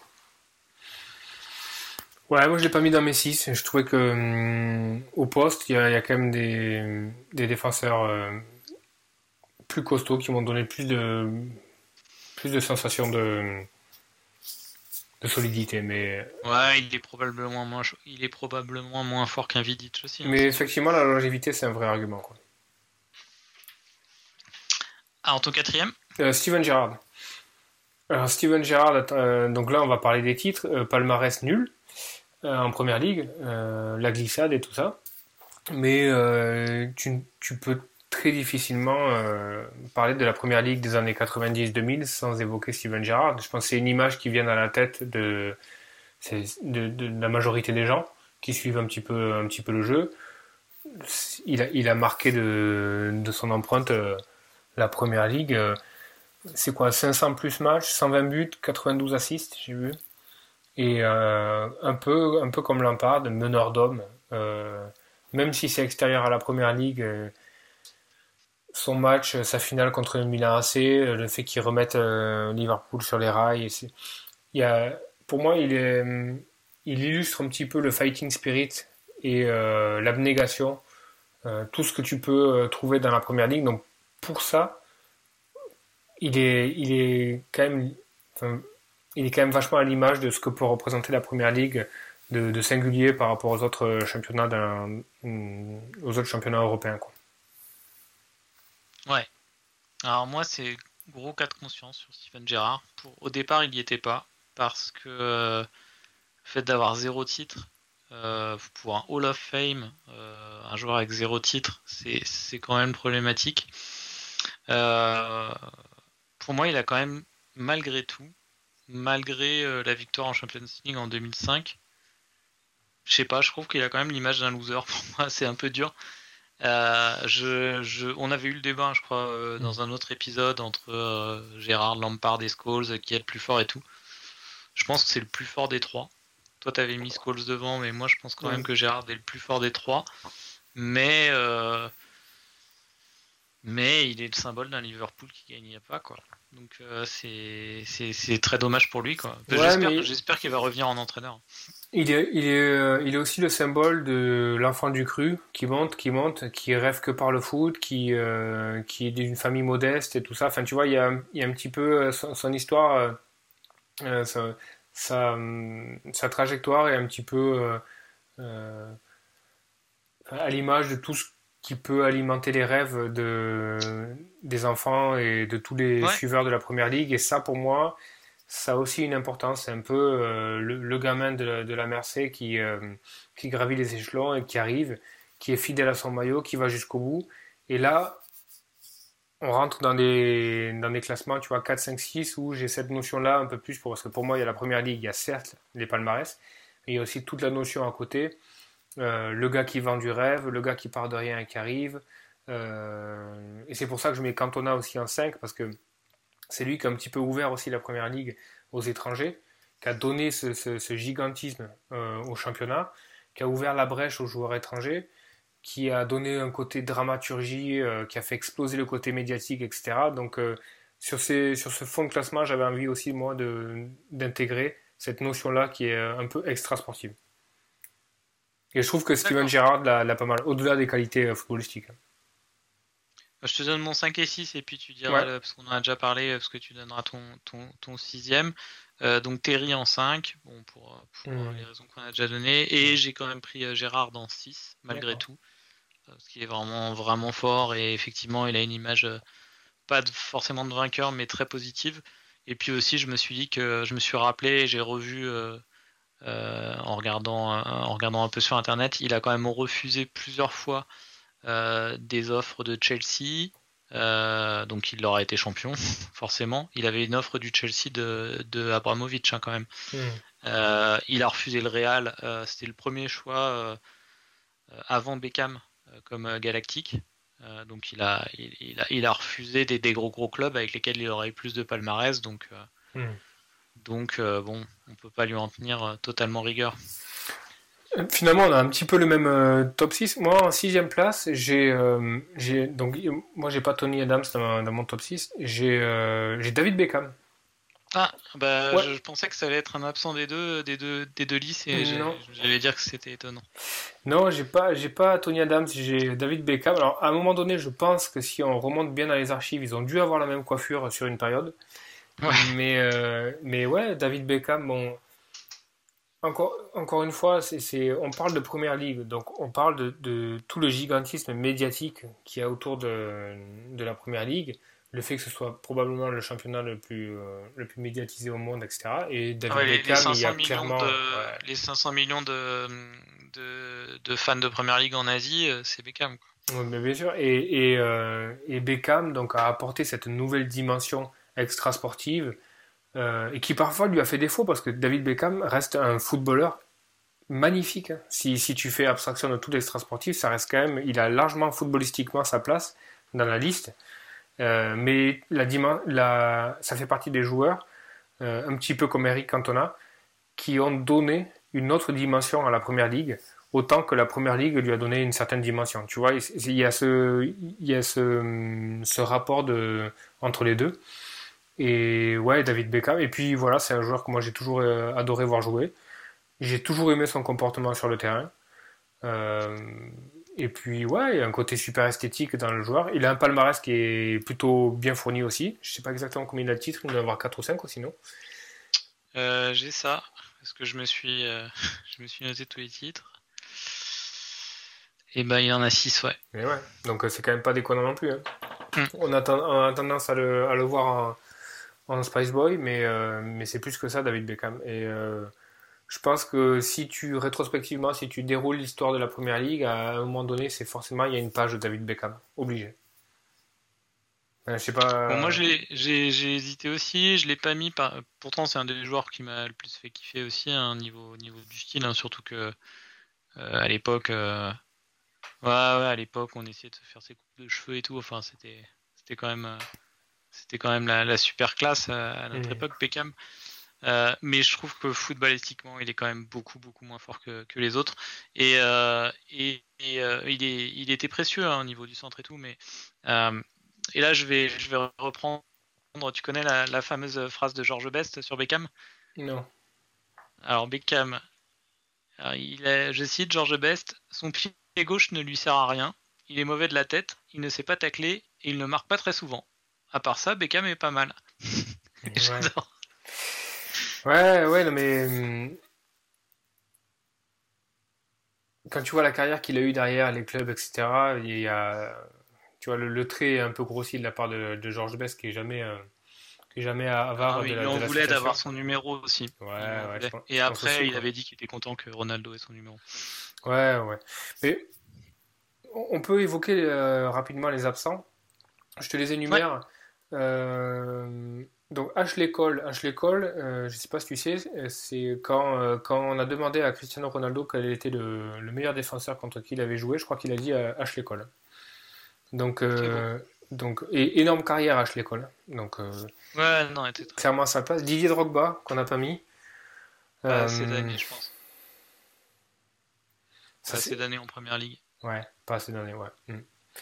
Ouais, moi je l'ai pas mis dans mes six. Je trouvais que hum, au poste, il y, a il y a quand même des, des défenseurs euh, plus costauds qui m'ont donné plus de plus de sensations de, de solidité. Mais, Ouais, il est probablement moins, il est probablement moins fort qu'un Vidic aussi, hein, mais c'est sûr. effectivement, la longévité, c'est un vrai argument, quoi. Ah, en ton quatrième? Euh, Steven Gerrard. Alors Steven Gerrard, euh, donc là on va parler des titres. Euh, palmarès nul euh, en première ligue, euh, la glissade et tout ça. Mais euh, tu, tu peux très difficilement euh, parler de la première ligue des années quatre-vingt-dix deux mille sans évoquer Steven Gerrard. Je pense que c'est une image qui vient à la tête de, de, de, de la majorité des gens qui suivent un petit peu, un petit peu le jeu. il a, il a marqué de, de son empreinte euh, la première ligue. Euh, c'est quoi, cinq cents plus matchs, cent vingt buts, quatre-vingt-douze assists, j'ai vu. Et euh, un peu, un peu comme Lampard, meneur d'hommes. Euh, même si c'est extérieur à la première ligue, euh, son match, sa finale contre le Milan A C, le fait qu'il remette euh, Liverpool sur les rails, c'est, il y a, pour moi, il, est, il illustre un petit peu le fighting spirit et euh, l'abnégation, euh, tout ce que tu peux euh, trouver dans la première ligue. Donc pour ça, il est, il est quand même, enfin, il est quand même vachement à l'image de ce que peut représenter la première ligue de, de singulier par rapport aux autres championnats, d'un, aux autres championnats européens, quoi. Ouais. Alors moi, c'est gros cas de conscience sur Steven Gerrard. Pour, au départ, il n'y était pas parce que euh, le fait d'avoir zéro titre euh, pour un Hall of Fame, euh, un joueur avec zéro titre, c'est, c'est quand même problématique. Euh, pour moi, il a quand même, malgré tout, malgré euh, la victoire en Champions League en deux mille cinq, je sais pas, je trouve qu'il a quand même l'image d'un loser. Pour moi, c'est un peu dur. Euh, je, je, on avait eu le débat, je crois, euh, dans un autre épisode entre euh, Gérard, Lampard et Scholes, qui est le plus fort et tout. Je pense que c'est le plus fort des trois. Toi, t'avais mis Scholes devant, mais moi, je pense quand Ouais. même que Gérard est le plus fort des trois. Mais, euh, mais il est le symbole d'un Liverpool qui gagnait pas, quoi. Donc euh, c'est, c'est, c'est très dommage pour lui, quoi. Ouais, J'espère, mais j'espère qu'il va revenir en entraîneur. il est, il est, euh, il est aussi le symbole de l'enfant du cru qui monte, qui monte, qui rêve que par le foot, qui, euh, qui est d'une famille modeste et tout ça. Enfin, tu vois, il y a, il y a un petit peu euh, son, son histoire, euh, euh, sa, sa, hum, sa trajectoire est un petit peu euh, euh, à l'image de tout ce qui peut alimenter les rêves de, des enfants et de tous les Ouais, suiveurs de la première ligue. Et ça, pour moi, ça a aussi une importance. C'est un peu euh, le, le gamin de, la- de la Mercé qui, euh, qui gravit les échelons et qui arrive, qui est fidèle à son maillot, qui va jusqu'au bout. Et là, on rentre dans des, dans des classements, tu vois, quatre, cinq, six, où j'ai cette notion-là un peu plus, pour, parce que pour moi, il y a la première ligue, il y a certes les palmarès, mais il y a aussi toute la notion à côté. Euh, le gars qui vend du rêve, le gars qui part de rien et qui arrive. Euh, et c'est pour ça que je mets Cantona aussi en cinq, parce que c'est lui qui a un petit peu ouvert aussi la première ligue aux étrangers, qui a donné ce, ce, ce gigantisme euh, au championnat, qui a ouvert la brèche aux joueurs étrangers, qui a donné un côté dramaturgie, euh, qui a fait exploser le côté médiatique, et cetera. Donc euh, sur, ces, sur ce fond de classement, j'avais envie aussi, moi, de, d'intégrer cette notion-là qui est un peu extra-sportive. Et je trouve que Steven d'accord. Gerrard l'a, l'a pas mal, au-delà des qualités euh, footballistiques. Je te donne mon cinq et six et puis tu diras, Ouais. le- parce qu'on en a déjà parlé, parce que tu donneras ton, ton, ton sixième. Euh, donc Terry en cinq, bon, pour, pour euh, les Mmh. raisons qu'on a déjà données. Et j'ai quand même pris euh, Gérard dans six, malgré D'accord. tout. euh, Parce qu'il est vraiment, vraiment fort et effectivement, il a une image, euh, pas de- forcément de vainqueur, mais très positive. Et puis aussi, je me suis dit que je me suis rappelé, j'ai revu euh, euh, en regardant, euh, en regardant un peu sur Internet, il a quand même refusé plusieurs fois euh, des offres de Chelsea. Euh, donc il aura été champion, forcément. Il avait une offre du Chelsea de, de Abramovich hein, quand même. Mmh. Euh, il a refusé le Real. Euh, c'était le premier choix euh, avant Beckham euh, comme euh, Galactique. Euh, donc il a, il, il a, il a refusé des, des, gros gros clubs avec lesquels il aurait eu plus de palmarès. Donc, euh, Mmh. donc euh, bon, on peut pas lui en tenir euh, totalement rigueur. Finalement, on a un petit peu le même euh, top six. Moi, en sixième place, j'ai, euh, j'ai donc moi, j'ai pas Tony Adams dans, ma- dans mon top six. J'ai, euh, j'ai David Beckham. Ah, bah Ouais. je, je pensais que ça allait être un absent des deux, des deux, des deux listes et Non, j'ai- j'allais dire que c'était étonnant. non, j'ai pas, j'ai pas Tony Adams. J'ai David Beckham. Alors, à un moment donné, je pense que si on remonte bien dans les archives, ils ont dû avoir la même coiffure sur une période. Ouais. Mais, euh, mais ouais, David Beckham, bon. Encore, encore une fois, c'est, c'est- on parle de première ligue, donc on parle de, de tout le gigantisme médiatique qu'il y a autour de, de la première ligue, le fait que ce soit probablement le championnat le plus, euh, le plus médiatisé au monde, et cetera. Et Ah David ouais, les, les Beckham, il y a cinq cents millions clairement, de ouais, les cinq cents millions de, de, de fans de Première Ligue en Asie, euh, c'est Beckham, quoi. ouais, mais bien sûr, et, et, euh, et Beckham donc a apporté cette nouvelle dimension extra sportive euh, et qui parfois lui a fait défaut parce que David Beckham reste un footballeur magnifique. Hein. Si, si tu fais abstraction de tout l'extra sportif, ça reste quand même. Il a largement footballistiquement sa place dans la liste. Euh, mais la, la, ça fait partie des joueurs, euh, un petit peu comme Eric Cantona, qui ont donné une autre dimension à la Première Ligue, autant que la Première Ligue lui a donné une certaine dimension. Tu vois, il y a ce, il y a ce, ce rapport de, entre les deux. Et ouais, David Beckham. Et puis voilà, c'est un joueur que moi j'ai toujours adoré voir jouer. J'ai toujours aimé son comportement sur le terrain. Euh, et puis ouais, il y a un côté super esthétique dans le joueur. Il a un palmarès qui est plutôt bien fourni aussi. Je sais pas exactement combien il a de titres, il doit en avoir quatre ou cinq aussi, non euh, J'ai ça, parce que je me suis, euh, je me suis noté tous les titres. Et ben il y en a six, ouais. Et ouais, donc c'est quand même pas déconnant non plus. Hein. Mm. On, a ten- on a tendance à le, à le voir en, en Spice Boy, mais, euh, mais c'est plus que ça, David Beckham. Et euh, je pense que si tu, rétrospectivement, si tu déroules l'histoire de la Première Ligue, à un moment donné, c'est forcément, il y a une page de David Beckham. Obligé. Euh, je sais pas. Bon, moi, je l'ai, j'ai, j'ai hésité aussi. Je l'ai pas mis. Par... Pourtant, c'est un des joueurs qui m'a le plus fait kiffer aussi, hein, niveau, niveau du style. Hein, surtout que euh, à l'époque, euh... ouais, ouais, à l'époque, on essayait de se faire ses coupes de cheveux et tout. Enfin, c'était, c'était quand même, euh... c'était quand même la, la super classe à, à notre mmh. époque, Beckham. Euh, mais je trouve que footballistiquement, il est quand même beaucoup beaucoup moins fort que, que les autres. Et, euh, et, et euh, il, est, il était précieux hein, au niveau du centre et tout. Mais euh, et là, je vais, je vais reprendre. Tu connais la, la fameuse phrase de George Best sur Beckham ? Non. Alors Beckham, alors, il est, je cite George Best, son pied gauche ne lui sert à rien. Il est mauvais de la tête, il ne sait pas tacler et il ne marque pas très souvent. À part ça, Beckham est pas mal. Ouais. J'adore. Ouais, ouais, non mais quand tu vois la carrière qu'il a eue derrière les clubs, et cetera, il y a, tu vois, le, le trait est un peu grossi de la part de, de George Best qui est jamais, euh, qui est jamais avare ah, de la. Il en de la voulait situation. d'avoir son numéro aussi. Ouais, ouais. Je pense, Et je après, aussi, il avait dit qu'il était content que Ronaldo ait son numéro. Ouais, ouais. Mais on peut évoquer euh, rapidement les absents. Je te les énumère. Ouais. Euh, donc Ashley Cole, Ashley Cole, euh, je sais pas si tu sais, c'est quand, euh, quand on a demandé à Cristiano Ronaldo quel était le, le meilleur défenseur contre qui il avait joué, je crois qu'il a dit euh, Ashley Cole. Donc, euh, donc et énorme carrière Ashley Cole. Donc euh, ouais, non, était très... clairement sa place. Didier Drogba qu'on n'a pas mis. Pas euh, assez d'années, je pense. Ça, pas assez d'années en première ligue. Ouais, pas assez d'années, ouais. Mm.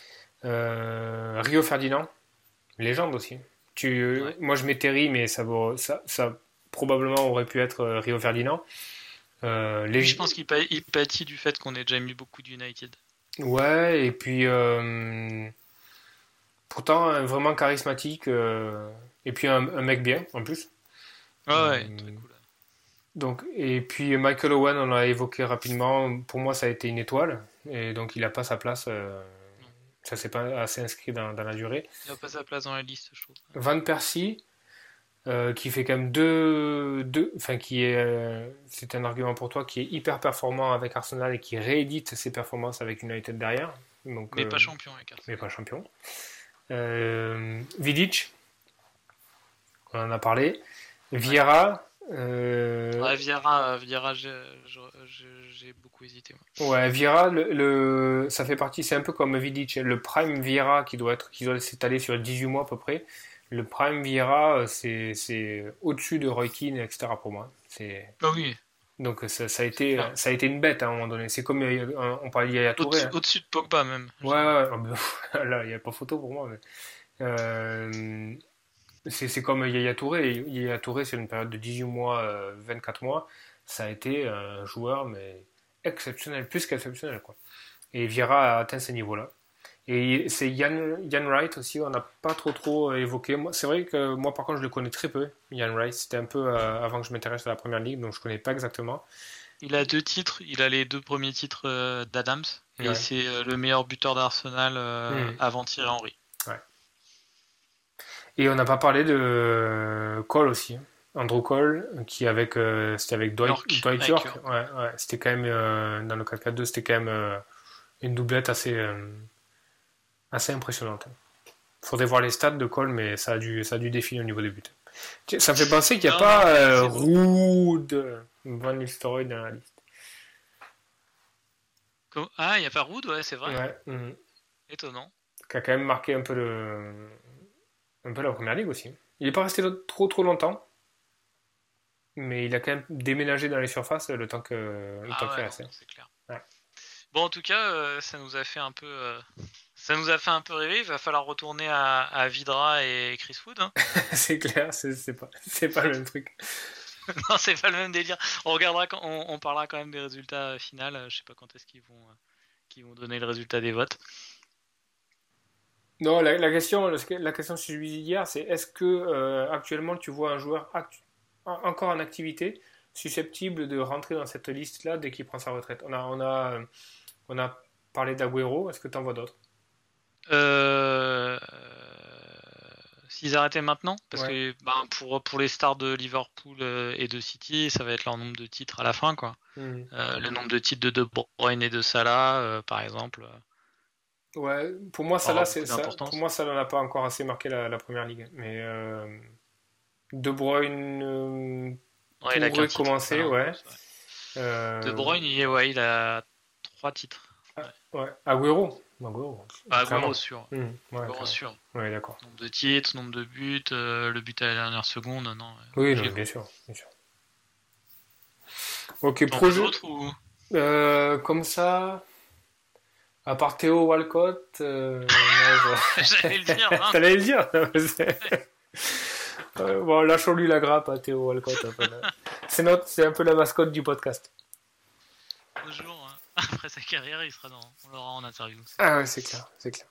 Euh, Rio Ferdinand. Légende aussi. Tu, ouais. Moi, je mets Terry, mais ça, vaut, ça, ça probablement aurait pu être euh, Rio Ferdinand. Euh, les... Je pense qu'il pâtit du fait qu'on ait déjà mis beaucoup d'United. Ouais, et puis euh, pourtant vraiment charismatique euh, et puis un, un mec bien en plus. Ouais, euh, ouais très cool. Donc, et puis Michael Owen, on l'a évoqué rapidement. Pour moi, ça a été une étoile, et donc il n'a pas sa place. Euh, Ça s'est pas assez inscrit dans, dans la durée. Il n'a pas sa place dans la liste, je trouve. Van Persie, euh, qui fait quand même deux, deux enfin qui est, euh, c'est un argument pour toi, qui est hyper performant avec Arsenal et qui réédite ses performances avec United derrière. Donc, mais euh, pas champion avec Arsenal. Mais pas champion. Euh, Vidic, on en a parlé. Vieira. Euh... Ouais, Vieira, Vieira j'ai, j'ai beaucoup hésité. Moi. Ouais, Vieira, le, le, ça fait partie, c'est un peu comme Vidic, le prime Vieira qui doit être, qui doit s'étaler sur dix-huit mois à peu près. Le prime Vieira, c'est, c'est au-dessus de Roy Keane, et cetera pour moi. C'est... Oh oui. Donc ça, ça, a été, ça a été une bête à un moment donné. C'est comme on parlait de Yaya Touré. Au-dessus, hein. Au-dessus de Pogba même. Ouais, ouais, ouais. Là, il n'y a pas photo pour moi. Mais... Euh... C'est, c'est comme Yaya Touré. Yaya Touré, c'est une période de dix-huit mois, euh, vingt-quatre mois. Ça a été un joueur mais exceptionnel, plus qu'exceptionnel, quoi. Et Vieira a atteint ces niveaux-là. Et c'est Ian, Ian Wright aussi, on n'a pas trop trop évoqué. Moi, c'est vrai que moi, par contre, je le connais très peu, Ian Wright. C'était un peu euh, avant que je m'intéresse à la Première Ligue, donc je ne connais pas exactement. Il a deux titres. Il a les deux premiers titres euh, d'Adams. Ouais. Et c'est euh, le meilleur buteur d'Arsenal euh, mmh. avant Thierry Henry. Ouais. Et on n'a pas parlé de Cole aussi. Andrew Cole, qui avec, euh, c'était avec Dwight York. Dwight York. York. Ouais, ouais. C'était quand même, euh, dans le quatre quatre deux, c'était quand même euh, une doublette assez, euh, assez impressionnante. Faudrait voir les stats de Cole, mais ça a dû, ça a dû défiler au niveau des buts. Ça me fait penser qu'il n'y a non, pas euh, Roux de Van Nistelrooy dans la liste. Comme... Ah, il n'y a pas Rood, ouais, c'est vrai. Ouais. Mm. Étonnant. Qui a quand même marqué un peu, le... un peu la première ligue aussi. Il n'est pas resté trop trop longtemps, mais il a quand même déménagé dans les surfaces le temps que le temps Ah qu'il ouais, non, restait. c'est clair. Ouais. Bon, en tout cas, euh, ça nous a fait un peu, euh, ça nous a fait un peu rêver. Il va falloir retourner à, à Vidra et Chris Wood. Hein. C'est clair, c'est, c'est pas, c'est pas le même truc. Non, c'est pas le même délire. On regardera, quand, on, on parlera quand même des résultats euh, finaux. Je sais pas quand est-ce qu'ils vont, euh, qu'ils vont donner le résultat des votes. Non, la, la question, la question que je lui ai dit hier, c'est est-ce que euh, actuellement tu vois un joueur actu- encore en activité susceptible de rentrer dans cette liste-là dès qu'il prend sa retraite? On a, on a, on a parlé d'Agüero, est-ce que tu en vois d'autres? Euh... S'ils arrêtaient maintenant, parce Ouais. que bah, pour, pour les stars de Liverpool euh, et de City, ça va être leur nombre de titres à la fin, quoi. Hmm. Euh, le nombre de titres de De Bruyne et de Salah, euh, par exemple, euh, Ouais, pour moi, ça aura là, c'est beaucoup ça. Pour d'importance. moi, ça n'en a pas encore assez marqué la, la première ligue. Mais euh, De Bruyne euh, Ouais, il a qu'un pourrait titre, commencer, Salah un peu. ouais. Ouais. De Euh, Bruyne, il, est, ouais, il a trois titres. ah, Ouais. ouais. Agüero. Agüero, Bah, Agüero clairement. sûr. Hmm, ouais, Agüero clairement. sûr. Ouais, d'accord. Nombre de titres, nombre de buts, euh, le but à la dernière seconde, non, Oui, non, obligé mais bien quoi. sûr, bien sûr. Ok, T'en vois projet. d'autres ou Euh, comme ça, à part Théo Walcott, euh, non, je... J'allais le dire, hein. T'allais le dire? Euh, bon, lâchons-lui la grappe à Théo Walcott. Un peu, là. C'est notre, c'est un peu la mascotte du podcast. Bonjour. Hein. Après sa carrière, il sera dans, on l'aura en interview. Ah ouais, c'est clair, c'est clair.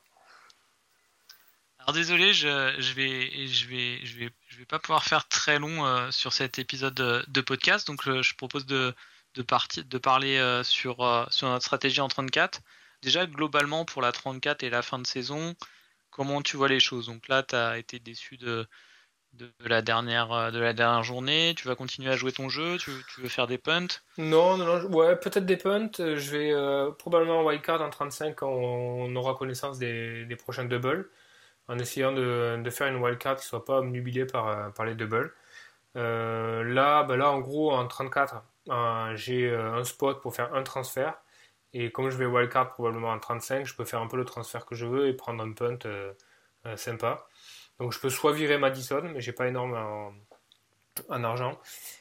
Alors désolé, je, je vais, je vais, je vais, je vais pas pouvoir faire très long euh, sur cet épisode de, de podcast, donc euh, je propose de, de, partir, de parler euh, sur, euh, sur notre stratégie en trente-quatre. Déjà, globalement, pour la trente-quatre et la fin de saison, comment tu vois les choses? Donc là, tu as été déçu de, de, de la dernière, euh, de la dernière journée. Tu vas continuer à jouer ton jeu? Tu, tu veux faire des punts? Non, non, non, je- ouais, peut-être des punts. euh, Je vais euh, probablement en wildcard en trente-cinq quand on aura connaissance des, des prochains doubles, en essayant de, de faire une wildcard qui soit pas obnubilée par, euh, par les doubles. Euh, là, bah là, en gros, en trente-quatre, euh, j'ai euh, un spot pour faire un transfert. Et comme je vais wildcard probablement en trente-cinq, je peux faire un peu le transfert que je veux et prendre un punt euh, euh, sympa. Donc je peux soit virer Madison, mais j'ai pas énorme en, en argent.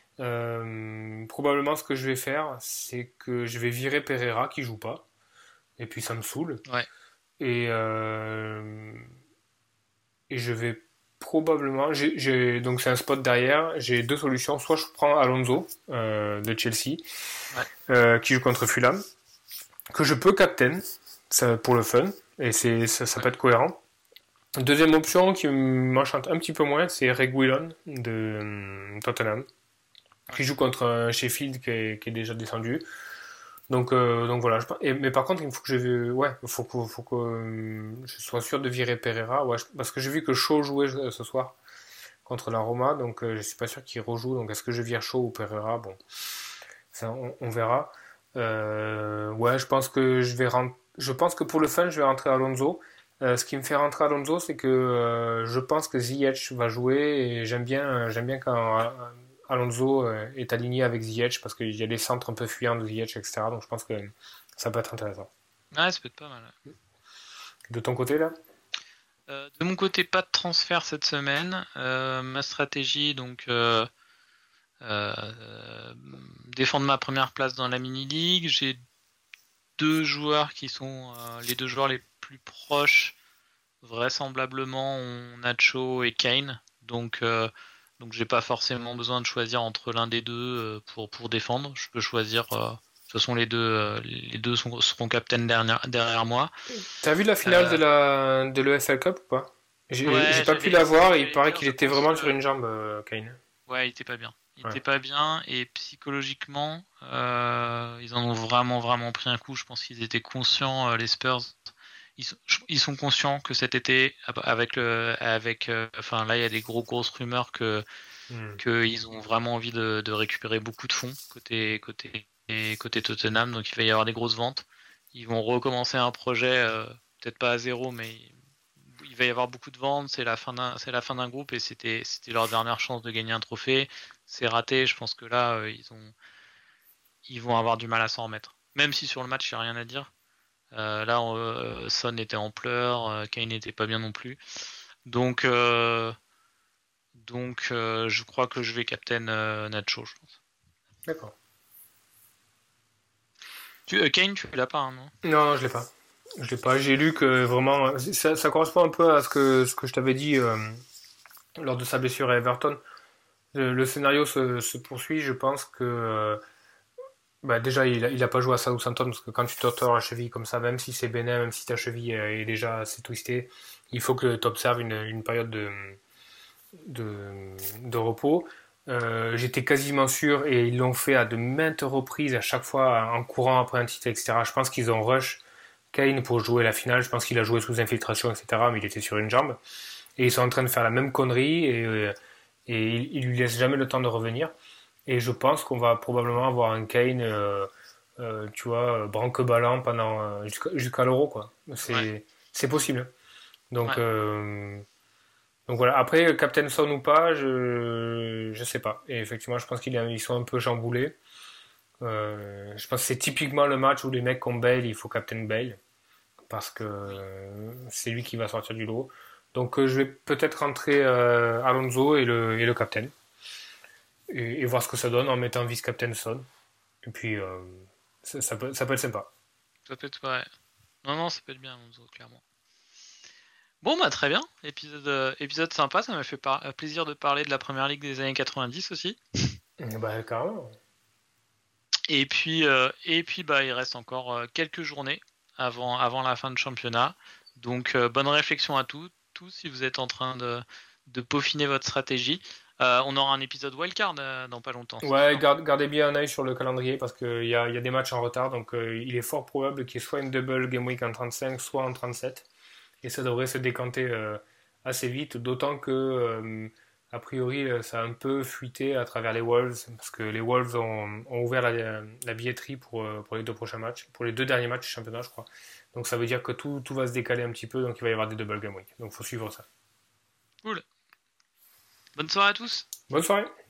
Euh, probablement ce que je vais faire, c'est que je vais virer Pereira qui joue pas. Et puis ça me saoule. Ouais. Et, euh, et je vais probablement. J'ai, j'ai- donc c'est un spot derrière. J'ai deux solutions. Soit je prends Alonso euh, de Chelsea, Ouais. euh, qui joue contre Fulham, que je peux captain ça, pour le fun. Et c'est, ça, ça Ouais. peut être cohérent. Deuxième option qui m'enchante un petit peu moins, c'est Reguilon de euh, Tottenham, Ouais. qui joue contre un Sheffield qui est, qui est déjà descendu. Donc, euh, donc voilà. Je, et, mais par contre, il faut que je, ouais, faut que, faut que euh, je sois sûr de virer Pereira, ouais, parce que j'ai vu que Shaw jouait ce soir contre la Roma, donc euh, je suis pas sûr qu'il rejoue. Donc est-ce que je vire Shaw ou Pereira? Bon, ça, on, on verra. Euh, ouais, je pense que je vais rentrer. Je pense que pour le fun, je vais rentrer Alonso. Euh, ce qui me fait rentrer Alonso, c'est que euh, je pense que Ziyech va jouer et j'aime bien, j'aime bien quand euh, Alonso euh, est aligné avec Ziyech parce qu'il y a des centres un peu fuyants de Ziyech, et cetera. Donc je pense que ça peut être intéressant. Ouais, ça peut être pas mal. De ton côté là? Euh, de mon côté, pas de transfert cette semaine. Euh, ma stratégie, donc, euh, euh, défendre ma première place dans la mini-league. J'ai deux joueurs qui sont euh, les deux joueurs les plus proches, vraisemblablement, ont Nacho et Kane. Donc, euh, donc j'ai pas forcément besoin de choisir entre l'un des deux euh, pour, pour défendre. Je peux choisir. Euh, de toute façon, les deux, euh, les deux sont, seront captain derrière, derrière moi. T'as vu la finale de Euh, la de l'E F L Cup ou pas? J'ai j'ai ouais, pas pu j'allais, la c'est ce voir. que Il j'allais paraît dire. qu'il Je était pense. vraiment sur Euh, une jambe, euh, Kane. Ouais, il était pas bien. Il Ouais. était pas bien et psychologiquement, euh, ils en ont vraiment vraiment pris un coup. Je pense qu'ils étaient conscients, euh, les Spurs. Ils sont, ils sont conscients que cet été, avec le, avec, euh, enfin là, il y a des gros grosses rumeurs que Hmm. que ils ont vraiment envie de, de récupérer beaucoup de fonds côté côté et côté Tottenham. Donc il va y avoir des grosses ventes. Ils vont recommencer un projet, euh, peut-être pas à zéro, mais il va y avoir beaucoup de ventes, c'est la fin d'un, c'est la fin d'un groupe et c'était, c'était leur dernière chance de gagner un trophée. C'est raté, je pense que là, euh, ils ont, ils vont avoir du mal à s'en remettre. même si sur le match il n'y a rien à dire. Euh, là, euh, Son était en pleurs, euh, Kane n'était pas bien non plus. Donc, euh, donc euh, je crois que je vais captain euh, Nacho, je pense. D'accord. Tu, euh, Kane, tu l'as pas, hein, non? Non, non, je l'ai pas. Je l'ai pas. J'ai lu que vraiment, ça, ça correspond un peu à ce que, ce que je t'avais dit euh, lors de sa blessure à Everton. Le, le scénario se, se poursuit. Je pense que euh, bah, déjà, il a, il a pas joué à Southampton parce que quand tu tortures la cheville comme ça, même si c'est bénin, même si ta cheville euh, est déjà assez twistée, il faut que tu observes une, une période de, de, de repos. Euh, j'étais quasiment sûr, et ils l'ont fait à de maintes reprises, à chaque fois en courant après un titre, et cetera. Je pense qu'ils ont rush Kane pour jouer la finale. Je pense qu'il a joué sous infiltration, et cetera. Mais il était sur une jambe. Et ils sont en train de faire la même connerie, et, euh, et ils, ils lui laissent jamais le temps de revenir. Et je pense qu'on va probablement avoir un Kane, euh, euh, tu vois, branque-ballant pendant euh, jusqu'à, jusqu'à l'Euro, quoi. C'est, Ouais, c'est possible. Donc, ouais. euh, donc voilà. Après, Captain Son ou pas, je, je sais pas. Et effectivement, je pense qu'ils sont un peu chamboulés. Euh, je pense que c'est typiquement le match où les mecs ont Bale, il faut Captain Bale parce que Oui. euh, c'est lui qui va sortir du lot. Donc euh, je vais peut-être rentrer euh, Alonso et le, et le captain et, et voir ce que ça donne en mettant vice-captain Son. Et puis euh, ça, ça peut, ça peut être sympa. Ça peut être, ouais. Non, non, ça peut être bien, Alonso, clairement. Bon, bah très bien. Épisode, euh, épisode sympa, ça m'a fait par- euh, plaisir de parler de la première ligue des années quatre-vingt-dix aussi. Bah carrément. Et puis, euh, et puis bah, il reste encore euh, quelques journées avant, avant la fin de championnat. Donc, euh, bonne réflexion à tous, tous si vous êtes en train de, de peaufiner votre stratégie. Euh, on aura un épisode wildcard euh, dans pas longtemps, c'est Ouais, sûr. garde- gardez bien un œil sur le calendrier parce qu'il y a, il y a des matchs en retard, donc euh, il est fort probable qu'il y ait soit une double game week en trente-cinq, soit en trente-sept. Et ça devrait se décanter euh, assez vite, d'autant que, euh, a priori, euh, ça a un peu fuité à travers les Wolves, parce que les Wolves ont, ont ouvert la, la billetterie pour, euh, pour les deux prochains matchs, pour les deux derniers matchs du championnat, je crois. Donc ça veut dire que tout, tout va se décaler un petit peu, donc il va y avoir des double game week. Donc il faut suivre ça. Cool. Bonne soirée à tous. Bonne soirée!